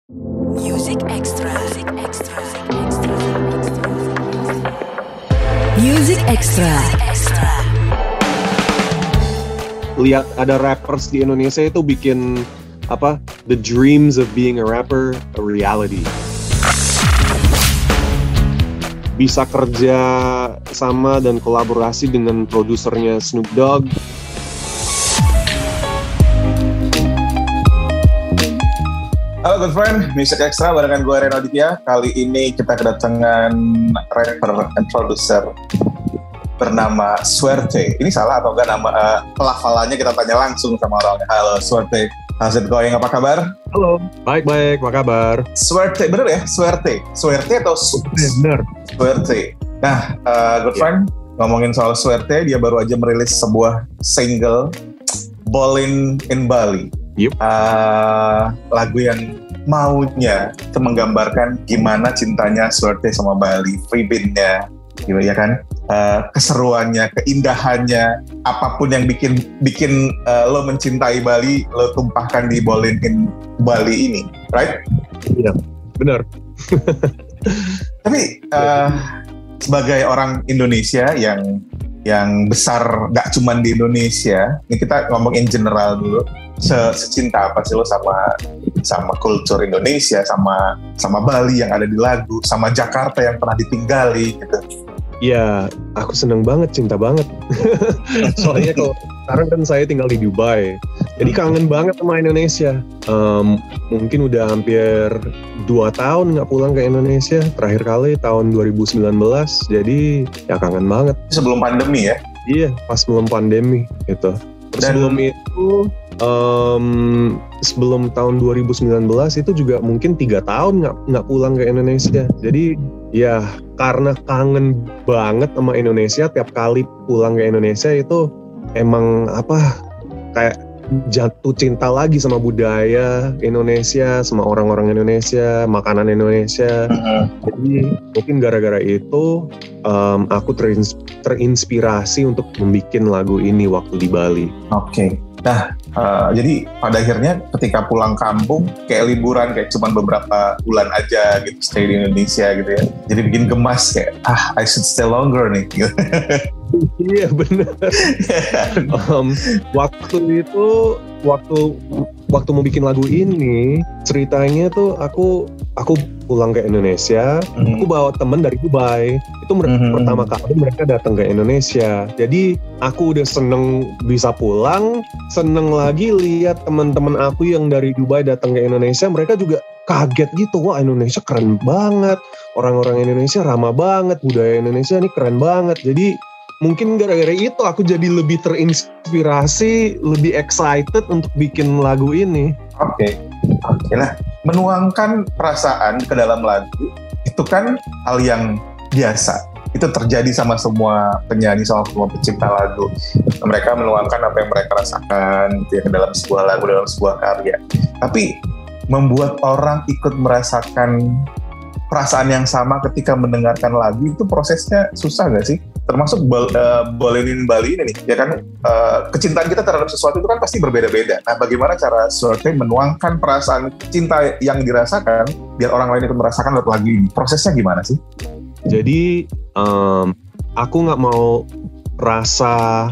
Music Extra. Music Extra. Lihat ada rappers di Indonesia itu bikin the dreams of being a rapper a reality. Bisa kerja sama dan kolaborasi dengan produsernya Snoop Dogg. Halo good friend, Music Extra barengan gue Reno Aditya. Kali ini kita kedatangan rapper and producer bernama Swerte. Ini salah atau enggak nama pelafalannya, kita tanya langsung sama orangnya. Halo Swerte, how's it going? Apa kabar? Halo, baik, apa kabar? Swerte, bener ya? Swerte atau Bener. Swerte. Nah, good friend, ngomongin soal Swerte, dia baru aja merilis sebuah single Ballin' in Bali. Yep. Lagu yang maunya itu menggambarkan gimana cintanya Swerte sama Bali, freeband-nya, gitu ya kan, keseruannya, keindahannya, apapun yang bikin lo mencintai Bali, lo tumpahkan di Ballin' in Bali ini, right? Iya, benar. Tapi sebagai orang Indonesia yang besar, gak cuman di Indonesia, ini kita ngomong in general dulu. Secinta apa sih lo sama kultur Indonesia, sama Bali yang ada di lagu, sama Jakarta yang pernah ditinggali gitu? Ya, aku seneng banget, cinta banget. Soalnya kalau sekarang kan saya tinggal di Dubai, jadi kangen banget sama Indonesia. Mungkin udah hampir 2 tahun nggak pulang ke Indonesia. Terakhir kali tahun 2019, jadi ya kangen banget. Sebelum pandemi ya? Iya, pas sebelum pandemi gitu. Terus sebelum itu, sebelum tahun 2019 itu juga mungkin 3 tahun nggak pulang ke Indonesia. Jadi ya karena kangen banget sama Indonesia, tiap kali pulang ke Indonesia itu emang kayak jatuh cinta lagi sama budaya Indonesia, sama orang-orang Indonesia, makanan Indonesia. Jadi mungkin gara-gara itu aku terinspirasi untuk membuat lagu ini waktu di Bali. Oke. Nah, jadi pada akhirnya ketika pulang kampung kayak liburan, kayak cuman beberapa bulan aja gitu stay di Indonesia gitu ya. Jadi bikin gemas kayak I should stay longer nih. Iya benar. Waktu mau bikin lagu ini, ceritanya tuh aku pulang ke Indonesia, aku bawa temen dari Dubai. Itu pertama kali mereka datang ke Indonesia. Jadi aku udah seneng bisa pulang, seneng lagi lihat teman-teman aku yang dari Dubai datang ke Indonesia. Mereka juga kaget gitu, wah Indonesia keren banget, orang-orang Indonesia ramah banget, budaya Indonesia ini keren banget. Jadi mungkin gara-gara itu aku jadi lebih terinspirasi, lebih excited untuk bikin lagu ini. Oke. Nah, menuangkan perasaan ke dalam lagu itu kan hal yang biasa. Itu terjadi sama semua penyanyi, sama semua pencipta lagu. Mereka menuangkan apa yang mereka rasakan gitu ya, ke dalam sebuah lagu, dalam sebuah karya. Tapi membuat orang ikut merasakan perasaan yang sama ketika mendengarkan lagu itu prosesnya susah gak sih? Termasuk Ballin' in Bali ini nih, ya kan, kecintaan kita terhadap sesuatu itu kan pasti berbeda-beda. Nah, bagaimana cara Swerte menuangkan perasaan cinta yang dirasakan biar orang lain ikut merasakan lewat lagu ini? Prosesnya gimana sih? Jadi aku nggak mau rasa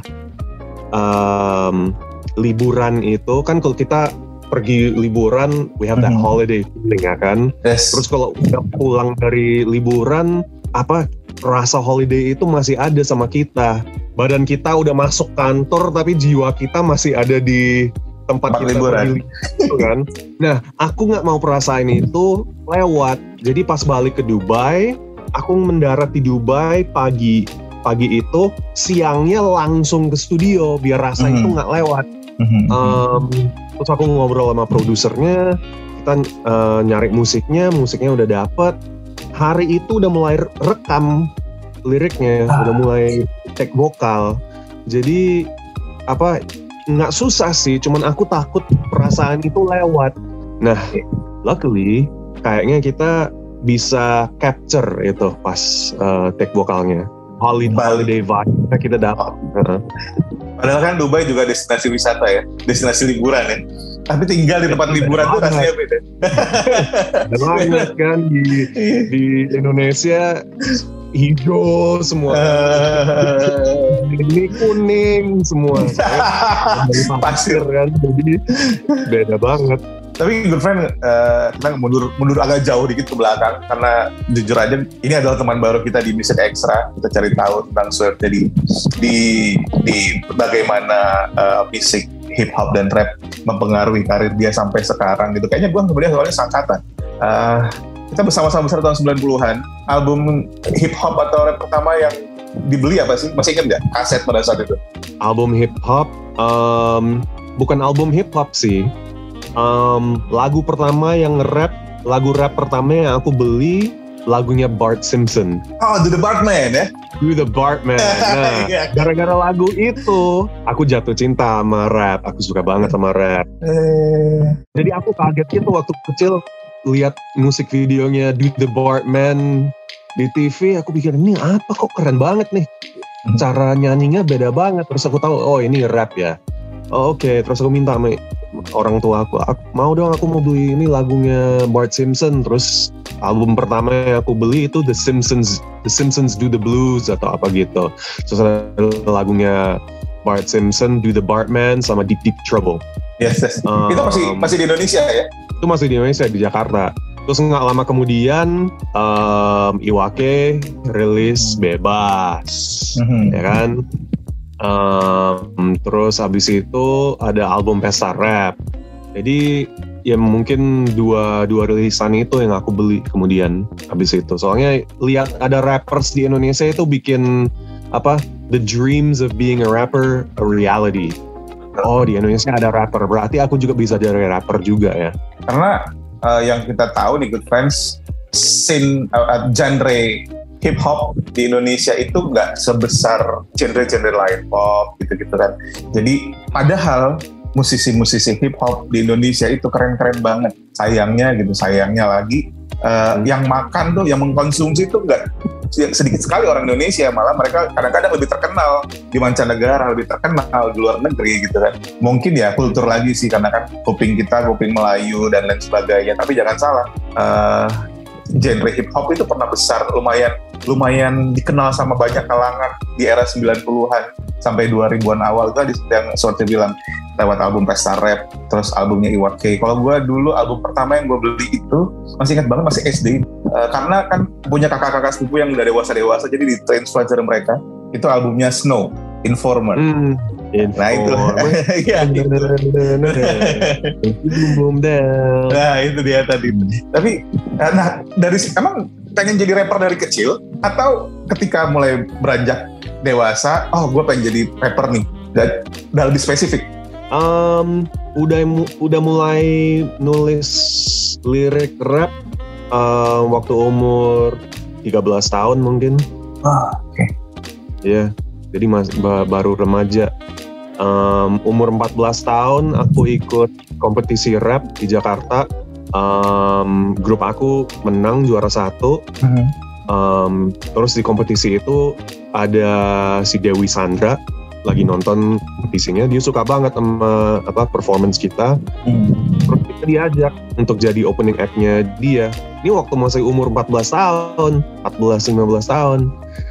liburan itu kan, kalau kita pergi liburan we have that holiday feeling ya kan. Yes. Terus kalau udah pulang dari liburan, rasa holiday itu masih ada sama kita. Badan kita udah masuk kantor tapi jiwa kita masih ada di tempat kita liburan gitu kan. Nah, aku nggak mau perasaan itu lewat. Jadi pas balik ke Dubai, aku mendarat di Dubai pagi itu, siangnya langsung ke studio biar rasa itu nggak lewat. Terus aku ngobrol sama produsernya, kita nyari musiknya udah dapet. Hari itu udah mulai rekam liriknya, udah mulai take vokal. Jadi nggak susah sih, cuman aku takut perasaan itu lewat. Nah, luckily kayaknya kita bisa capture itu pas take vokalnya. Holiday vibe kita dapat. Padahal kan Dubai juga destinasi wisata ya, destinasi liburan ya. Tapi tinggal di tempat liburan tuh rasanya beda. Ada banget kan di Indonesia hijau semua. Ini kuning semua. Dari pasir kan, jadi beda banget. Tapi good friend, kita mundur agak jauh dikit ke belakang karena jujur aja ini adalah teman baru kita di Music Extra. Kita cari tahu tentang Swerve jadi di bagaimana musik hip hop dan rap mempengaruhi karir dia sampai sekarang gitu. Kayaknya gue kemudian soalnya sangkatan. Kita bersama-sama besar tahun 90-an. Album hip hop atau rap pertama yang dibeli apa sih? Masih ingat nggak kaset pada saat itu? Album hip hop, bukan album hip hop sih. Lagu pertama yang lagu rap pertama yang aku beli lagunya Bart Simpson. Oh, Do the Bartman ya? Do the Bartman. Nah, gara-gara lagu itu aku jatuh cinta sama rap. Aku suka banget sama rap. Jadi aku kaget gitu waktu kecil lihat musik videonya Do the Bartman di TV. Aku pikir ini apa kok keren banget nih. Cara nyanyinya beda banget. Terus aku tahu oh ini rap ya. Oh, oke. Terus aku minta sama orang tua aku mau dong, aku mau beli ini lagunya Bart Simpson. Terus album pertama yang aku beli itu The Simpsons Do the Blues atau apa gitu. Terus ada lagunya Bart Simpson Do the Bartman sama Deep Deep Trouble. Yes. Itu masih di Indonesia ya? Itu masih di Indonesia, di Jakarta. Terus nggak lama kemudian Iwake rilis Bebas, ya kan? Terus habis itu ada album Pesta Rap. Jadi ya mungkin dua rilisan itu yang aku beli kemudian habis itu. Soalnya lihat ada rappers di Indonesia itu bikin the dreams of being a rapper a reality. Oh, di Indonesia ada rapper, berarti aku juga bisa jadi rapper juga ya. Karena yang kita tahu nih good friends, scene genre hip hop di Indonesia itu nggak sebesar genre-genre lain, pop gitu-gitu kan. Jadi padahal musisi-musisi hip hop di Indonesia itu keren-keren banget. Sayangnya lagi yang makan tuh, yang mengkonsumsi itu nggak sedikit sekali orang Indonesia. Malah mereka kadang-kadang lebih terkenal di mancanegara, lebih terkenal di luar negeri gitu kan. Mungkin ya kultur lagi sih, karena kan kuping Melayu dan lain sebagainya. Tapi jangan salah, genre hip hop itu pernah besar, lumayan dikenal sama banyak kalangan di era 90-an sampai 2000-an awal. Itu yang seperti bilang lewat album Pesta Rap, terus albumnya Iwake. Kalau gue dulu album pertama yang gue beli itu masih ingat banget, masih SD, karena kan punya kakak-kakak sepupu yang udah dewasa, jadi di-transfer mereka. Itu albumnya Snow, Informer. Nah itu, ya gitu. Nah itu dia tadi. Tapi, emang pengen jadi rapper dari kecil atau ketika mulai beranjak dewasa, oh gue pengen jadi rapper nih, dan lebih spesifik? Udah mulai nulis lirik rap waktu umur 13 tahun mungkin. Oke. Ya, jadi baru remaja. Umur 14 tahun aku ikut kompetisi rap di Jakarta. Grup aku menang juara 1. Terus di kompetisi itu ada si Dewi Sandra lagi nonton kompetisinya, dia suka banget sama performance kita. Terus kita diajak untuk jadi opening act-nya dia. Ini waktu masih umur 14 tahun, 14-15 tahun.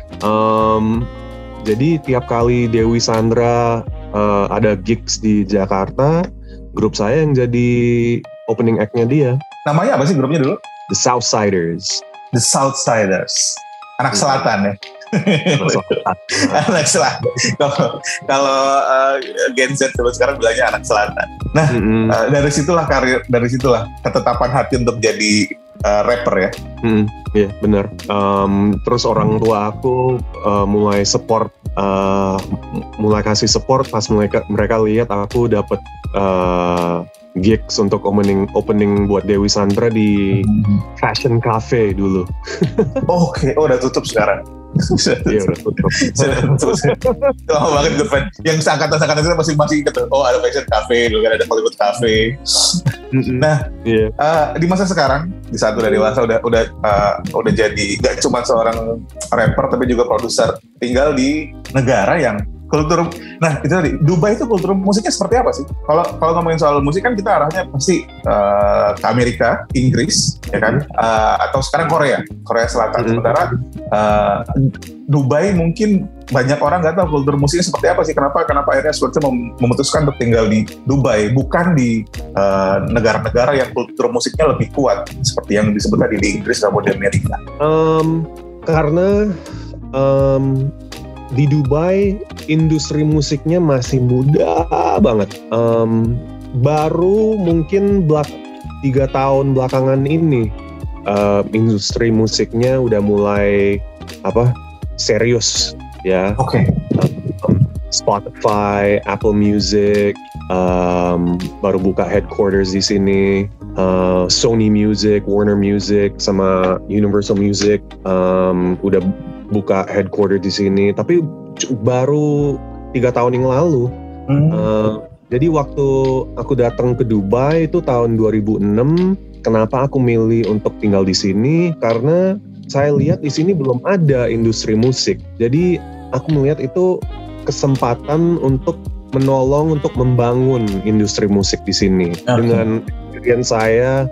Jadi tiap kali Dewi Sandra ada gigs di Jakarta, grup saya yang jadi opening act-nya dia. Namanya apa sih grupnya dulu? The Southsiders. The Southsiders. Anak selatan ya? Anak selatan. Kalau Gen Z sekarang bilangnya anak selatan. Nah, dari situlah ketetapan hati untuk jadi rapper ya. Iya, benar. Terus orang tua aku mulai support, mulai kasih support pas mereka lihat aku dapat gigs untuk opening buat Dewi Sandra di Fashion Cafe dulu. Oke, udah tutup sekarang. Iya udah tutup. Lama banget good friend. Yang seangkatan itu masih inget. Oh ada Fashion Cafe dulu kan, ada Hollywood Cafe. Nah, di masa sekarang di saat udah dewasa udah jadi gak cuma seorang rapper tapi juga produser, tinggal di negara yang kultur. Nah itu tadi, Dubai itu kultur musiknya seperti apa sih? Kalau ngomongin soal musik kan kita arahnya pasti ke Amerika, Inggris, ya kan? Atau sekarang Korea Selatan. Sementara Dubai mungkin banyak orang nggak tahu kultur musiknya seperti apa sih. Kenapa akhirnya Schwartz memutuskan untuk tinggal di Dubai, bukan di negara-negara yang kultur musiknya lebih kuat seperti yang disebut tadi di Inggris atau di Amerika? Karena di Dubai industri musiknya masih muda banget. Baru mungkin 3 tahun belakangan ini industri musiknya udah mulai serius ya. Oke. Spotify, Apple Music baru buka headquarters di sini. Sony Music, Warner Music, sama Universal Music udah buka headquarter di sini, tapi baru 3 tahun yang lalu. Jadi waktu aku datang ke Dubai itu tahun 2006. Kenapa aku milih untuk tinggal di sini? Karena saya lihat di sini belum ada industri musik. Jadi aku melihat itu kesempatan untuk menolong untuk membangun industri musik di sini. Dengan experience saya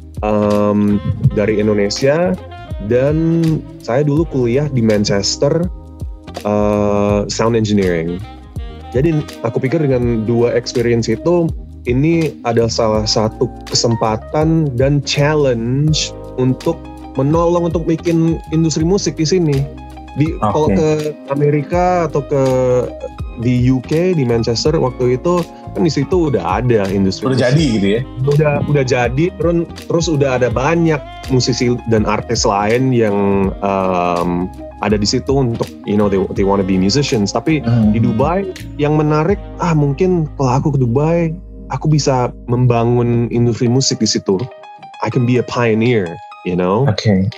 dari Indonesia. Dan saya dulu kuliah di Manchester sound engineering. Jadi aku pikir dengan 2 experience itu, ini adalah salah satu kesempatan dan challenge untuk menolong untuk bikin industri musik di sini. Kalau ke Amerika atau di UK, di Manchester waktu itu kan di situ udah ada industri. Udah jadi gitu ya? Udah jadi, terus udah ada banyak musisi dan artis lain yang ada di situ untuk they want to be musicians. Tapi di Dubai yang menarik, mungkin kalau aku ke Dubai, aku bisa membangun industri musik di situ. I can be a pioneer, you know. Okay.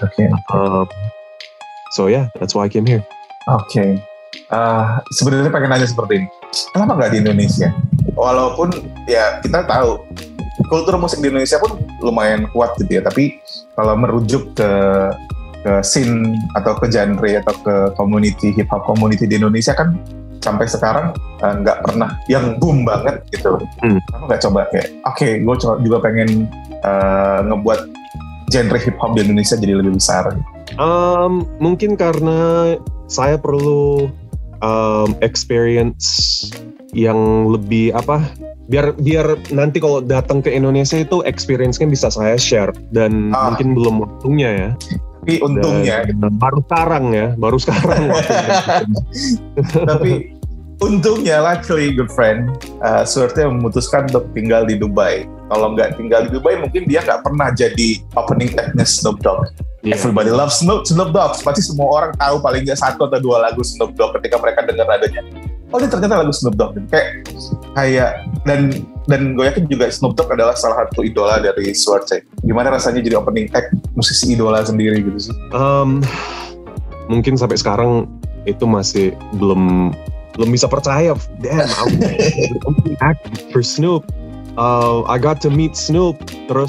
So yeah, that's why I came here. Okay. Sebenarnya pengen nanya seperti ini. Kenapa nggak di Indonesia? Walaupun ya kita tahu kultur musik di Indonesia pun lumayan kuat gitu ya. Tapi kalau merujuk ke scene atau ke genre atau ke community, hip hop community di Indonesia kan sampai sekarang nggak pernah yang boom banget gitu. Kenapa nggak coba kayak gue juga pengen ngebuat genre hip hop di Indonesia jadi lebih besar? Mungkin karena saya perlu experience yang lebih biar nanti kalau datang ke Indonesia itu experience-nya bisa saya share, dan mungkin belum waktunya ya. Tapi untungnya baru sekarang tapi untungnya luckily good friend, Schwartz memutuskan untuk tinggal di Dubai. Kalau nggak tinggal di Dubai mungkin dia nggak pernah jadi opening act-nya Snoop Dogg. Yeah. Everybody loves Snoop Dogg. Pasti semua orang tahu paling nggak 1 atau 2 lagu Snoop Dogg ketika mereka dengar nadanya. Oh, ini ternyata lagu Snoop Dogg. Kayak dan gue yakin juga Snoop Dogg adalah salah satu idola dari Schwartz. Gimana rasanya jadi opening act musisi idola sendiri gitu sih? Mungkin sampai sekarang itu masih belum bisa percaya. Damn, I'm opening act for Snoop. I got to meet Snoop. Terus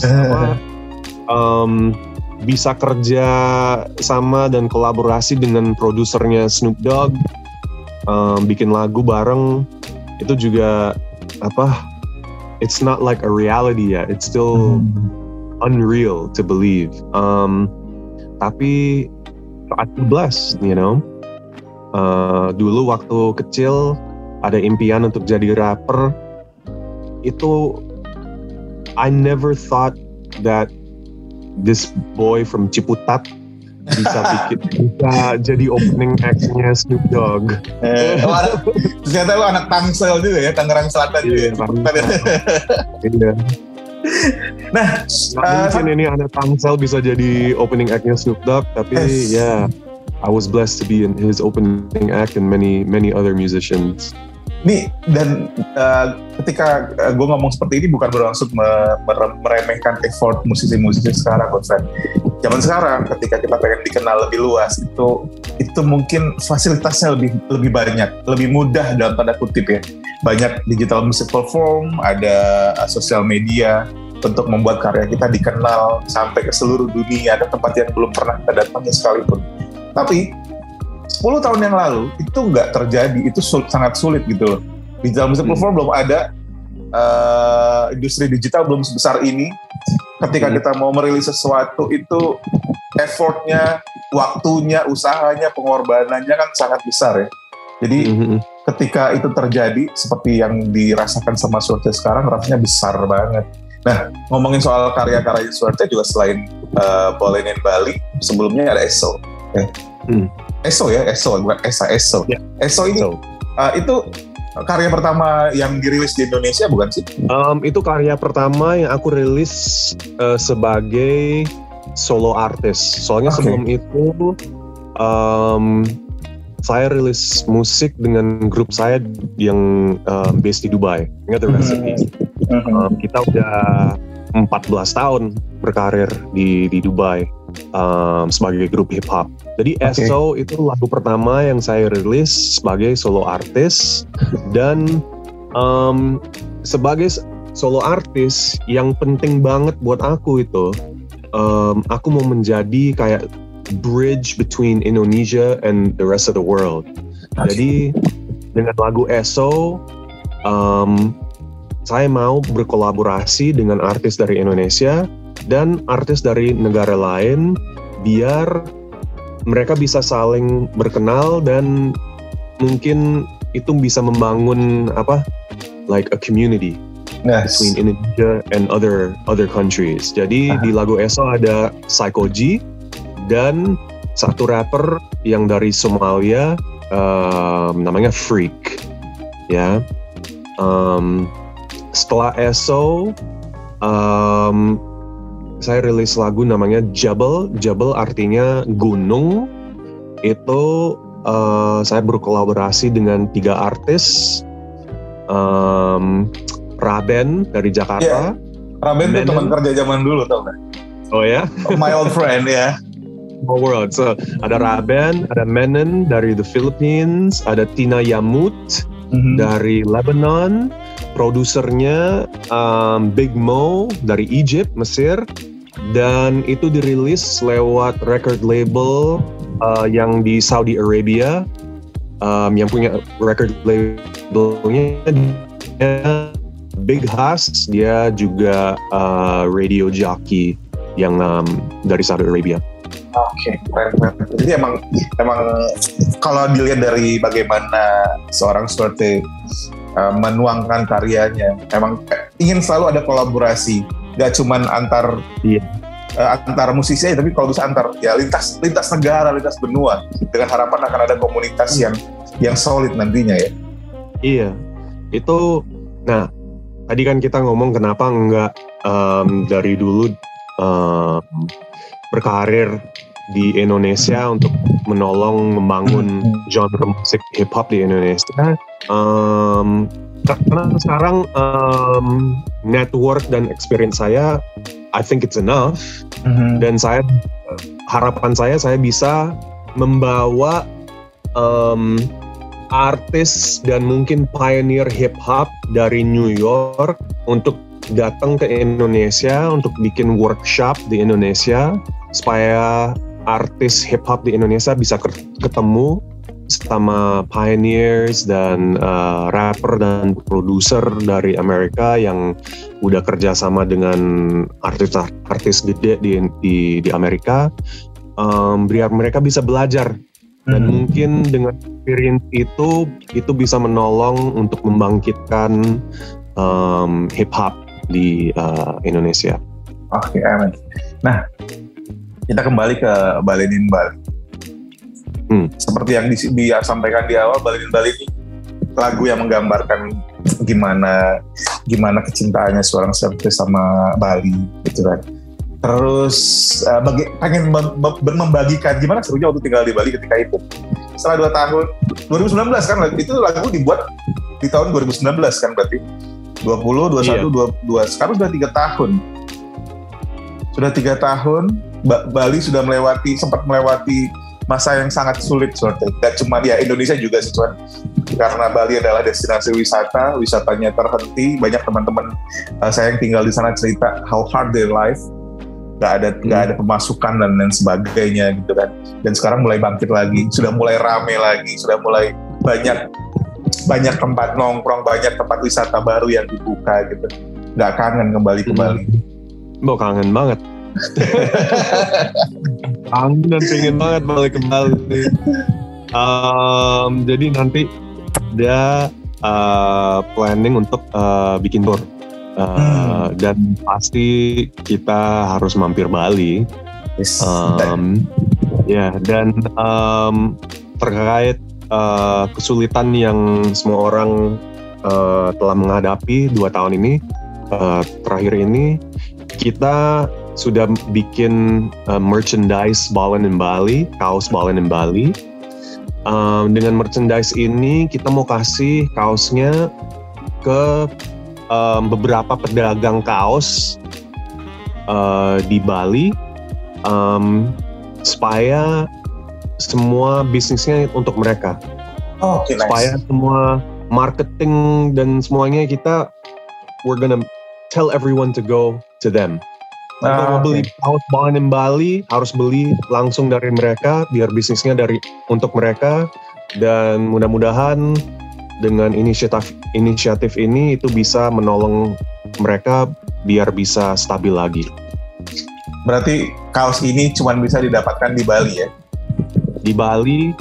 bisa kerja sama dan kolaborasi dengan produsernya Snoop Dogg, bikin lagu bareng, itu juga it's not like a reality yet, it's still unreal to believe. Tapi I'm blessed, you know. Dulu waktu kecil ada impian untuk jadi rapper, itu I never thought that this boy from Ciputat bisa jadi opening act-nya Snoop Dogg. Ternyata lu anak Tangsel juga ya, Tangerang Selatan juga ya. Iya. Nah, mungkin ini anak Tangsel bisa jadi opening act-nya Snoop Dogg, tapi I was blessed to be in his opening act and many other musicians. Nih, dan ketika gue ngomong seperti ini bukan bermaksud meremehkan effort musisi-musisi sekarang, Gonzan. Zaman sekarang ketika kita pengen dikenal lebih luas, itu mungkin fasilitasnya lebih banyak, lebih mudah dalam tanda kutip ya. Banyak digital music platform, ada sosial media untuk membuat karya kita dikenal sampai ke seluruh dunia, ke tempat yang belum pernah kita datangi sekalipun. Tapi 10 tahun yang lalu itu nggak terjadi, itu sangat sulit gitu loh. Digital music platform belum ada, industri digital belum sebesar ini. Ketika kita mau merilis sesuatu itu effortnya, waktunya, usahanya, pengorbanannya kan sangat besar ya. Jadi ketika itu terjadi seperti yang dirasakan sama Swerte sekarang, rasanya besar banget. Nah, ngomongin soal karya-karya Swerte juga selain Ballin' in Bali, sebelumnya ada ESO. ESO ya, ESO, bukan ESA, ESO. Yeah. ESO ini itu karya pertama yang dirilis di Indonesia bukan sih? Itu karya pertama yang aku rilis sebagai solo artist. Soalnya sebelum itu saya rilis musik dengan grup saya yang based di Dubai. Ingat The Recipe. Kita udah 14 tahun berkarir di Dubai sebagai grup hip hop. Jadi ESO itu lagu pertama yang saya rilis sebagai solo artist, dan sebagai solo artist yang penting banget buat aku itu aku mau menjadi kayak bridge between Indonesia and the rest of the world. Jadi dengan lagu ESO saya mau berkolaborasi dengan artis dari Indonesia dan artis dari negara lain biar mereka bisa saling berkenal dan mungkin itu bisa membangun like a community between Indonesia and other countries. Jadi di lagu ESO ada Psycho G dan satu rapper yang dari Somalia namanya Freak. Ya. Setelah ESO saya rilis lagu namanya Jabal. Jabal artinya gunung. Itu saya berkolaborasi dengan 3 artis. Raben dari Jakarta. Raben itu teman kerja zaman dulu, tau gak? Oh ya? My old friend ya. Small world. So ada Raben, ada Menen dari the Philippines, ada Tina Yamut dari Lebanon. Produsernya Big Mo dari Egypt, Mesir, dan itu dirilis lewat record label yang di Saudi Arabia, yang punya record labelnya Big Hass, dia juga radio jockey yang dari Saudi Arabia. Oke, keren. Jadi emang kalau dilihat dari bagaimana seorang Swerte menuangkan karyanya, emang ingin selalu ada kolaborasi, gak cuman antar musisi aja, tapi kalau bisa antar lintas negara, lintas benua, dengan harapan akan ada komunitas yang solid nantinya ya. Iya, itu. Nah, tadi kan kita ngomong kenapa enggak dari dulu berkarir di Indonesia untuk menolong membangun genre musik hip hop di Indonesia. Karena sekarang network dan experience saya, I think it's enough. Dan harapan saya bisa membawa artis dan mungkin pioneer hip hop dari New York untuk datang ke Indonesia untuk bikin workshop di Indonesia supaya artis hip hop di Indonesia bisa ketemu sama pioneers dan rapper dan produser dari Amerika yang udah kerja sama dengan artis gede di Amerika, biar mereka bisa belajar dan mungkin dengan experience itu bisa menolong untuk membangkitkan hip hop di Indonesia. Oke, amin. Nah, kita kembali ke Ballin' in Bali. Seperti yang disampaikan di awal, Ballin' in Bali ini lagu yang menggambarkan gimana kecintaannya seorang Swerte sama Bali, gitu kan. Terus pengen membagikan gimana serunya waktu tinggal di Bali ketika itu. Setelah 2 tahun, 2019 kan, itu lagu dibuat di tahun 2019 kan berarti. 20, 21, 22, sekarang sudah 3 tahun. Sudah 3 tahun, Bali sudah sempat melewati masa yang sangat sulit Swerte. Gak cuma Indonesia juga sih cuman karena Bali adalah destinasi wisatanya terhenti. Banyak teman-teman saya yang tinggal di sana cerita how hard their life. nggak ada pemasukan dan lain sebagainya gitu kan. Dan sekarang mulai bangkit lagi, sudah mulai rame lagi, sudah mulai banyak tempat nongkrong, banyak tempat wisata baru yang dibuka gitu. Nggak kangen kembali ke Bali? Kangen banget. Kangen dan pengen banget balik ke Bali. Jadi nanti ada planning untuk bikin tour. Dan pasti kita harus mampir Bali. Yes. Dan terkait kesulitan yang semua orang telah menghadapi 2 tahun ini, terakhir ini kita sudah bikin merchandise Balen in Bali, kaos Balen in Bali. Dengan merchandise ini kita mau kasih kaosnya ke beberapa pedagang kaos di Bali, supaya semua bisnisnya untuk mereka. Okay, nice. Supaya semua marketing dan semuanya we're gonna tell everyone to go to them. Kalau mau beli kaos Balen in Bali harus beli langsung dari mereka biar bisnisnya untuk mereka, dan mudah-mudahan dengan inisiatif ini itu bisa menolong mereka biar bisa stabil lagi. Berarti kaos ini cuma bisa didapatkan di Bali ya? Di Bali,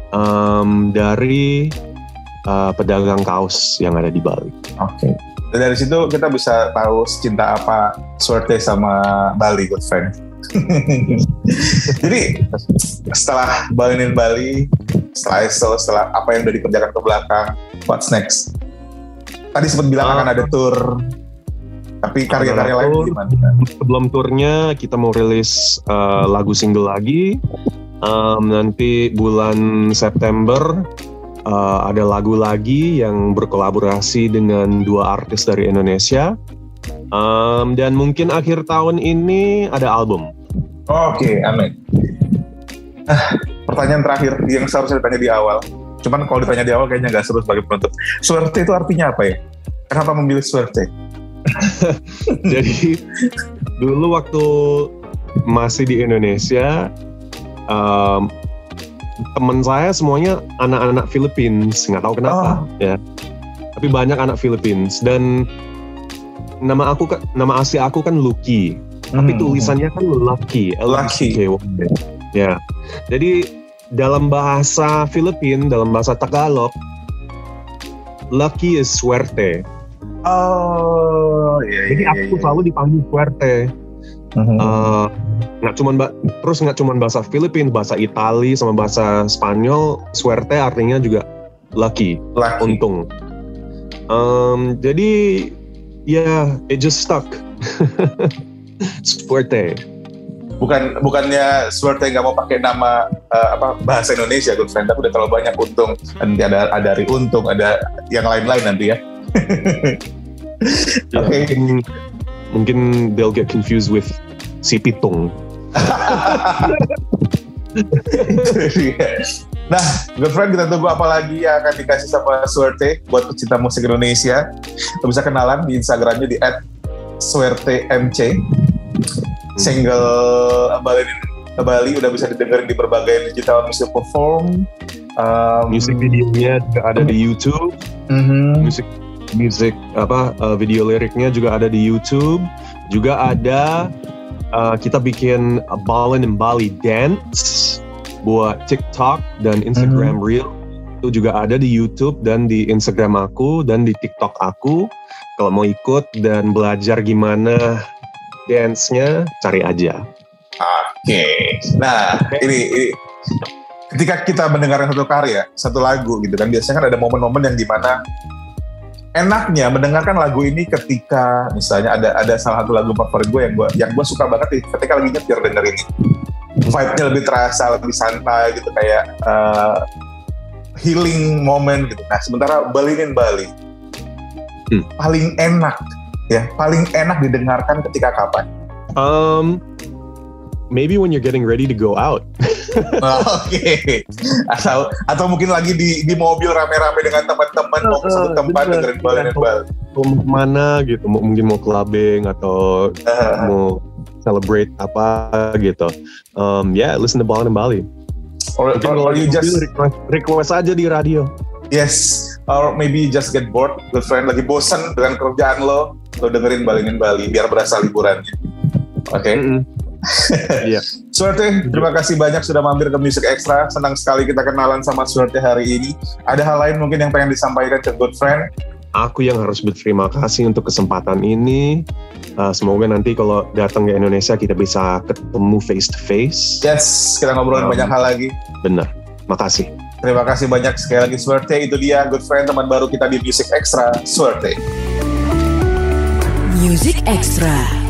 dari pedagang kaos yang ada di Bali. Oke. Dan dari situ kita bisa tahu secinta apa Swerte sama Bali, good friend. Jadi setelah Balen in Bali, setelah apa yang udah dikerjakan ke belakang, what's next? Tadi sempat bilang akan ada tour, tapi karya-karya lain gimana? Sebelum turnya kita mau rilis lagu single lagi. Nanti bulan September ada lagu lagi yang berkolaborasi dengan 2 artis dari Indonesia. Dan mungkin akhir tahun ini ada album. Oke, amin. Pertanyaan terakhir yang seharusnya ditanya di awal. Cuman kalau ditanya di awal kayaknya nggak seru sebagai penutup. Swerte itu artinya apa ya? Kenapa memilih Swerte? Jadi dulu waktu masih di Indonesia, teman saya semuanya anak-anak Philippines, nggak tahu kenapa ya. Tapi banyak anak Philippines, dan nama asli aku kan Lucky, tapi tulisannya kan Lucky. Ya. Jadi dalam bahasa Filipin, dalam bahasa Tagalog, Lucky is Swerte. Oh, iya. Jadi aku selalu dipanggil Swerte. Nggak cuma bahasa Filipin, bahasa Itali sama bahasa Spanyol, Swerte artinya juga lucky. Untung. Jadi it just stuck. Swerte. Bukannya Swerte nggak mau pakai nama bahasa Indonesia, good friend, tapi udah terlalu banyak untung. Nanti ada dari untung, ada yang lain-lain nanti ya. Okay. Mungkin they'll get confused with si Pitung. Nah, good friend, kita tunggu apa lagi yang akan dikasih sama Swerte buat pecinta musik Indonesia. Lo bisa kenalan di Instagramnya di @swertemc. Single Bali udah bisa didengerin di berbagai digital music platform. Music videonya juga ada di YouTube. Music video liriknya juga ada di YouTube. Juga ada kita bikin Balen in Bali Dance buat TikTok dan Instagram Reel. Itu juga ada di YouTube dan di Instagram aku dan di TikTok aku. Kalau mau ikut dan belajar gimana dance-nya, cari aja. Oke. Nah, ini ketika kita mendengarkan satu karya, satu lagu gitu kan, biasanya kan ada momen-momen yang dimana enaknya mendengarkan lagu ini ketika misalnya ada salah satu lagu favorit gue yang gue suka banget ketika lagi nyetir dengerin ini. Vibe-nya lebih terasa, lebih santai gitu, kayak healing moment gitu. Nah, sementara Balen in Bali paling enak didengarkan ketika kapan? Maybe when you're getting ready to go out. Oke. Atau mungkin lagi di mobil rame-rame dengan teman-teman mau ke satu tempat dengerin Balen in Bali. Mau kemana gitu, mungkin mau clubbing atau mau celebrate apa gitu. Listen to Ballin' in Bali. Or you just request aja di radio. Yes, or maybe you just get bored, good friend, lagi bosan dengan kerjaan lo dengerin Ballin' in Bali biar berasa liburannya. Oke. Iya. Swerte, terima kasih banyak sudah mampir ke Music Extra. Senang sekali kita kenalan sama Swerte hari ini. Ada hal lain mungkin yang pengen disampaikan ke good friend? Aku yang harus berterima kasih untuk kesempatan ini. Semoga nanti kalau datang ke Indonesia kita bisa ketemu face to face. Yes, kita ngobrolin banyak hal lagi. Benar, makasih. Terima kasih banyak sekali lagi Swerte. Itu dia good friend, teman baru kita di Music Extra, Swerte. Music Extra.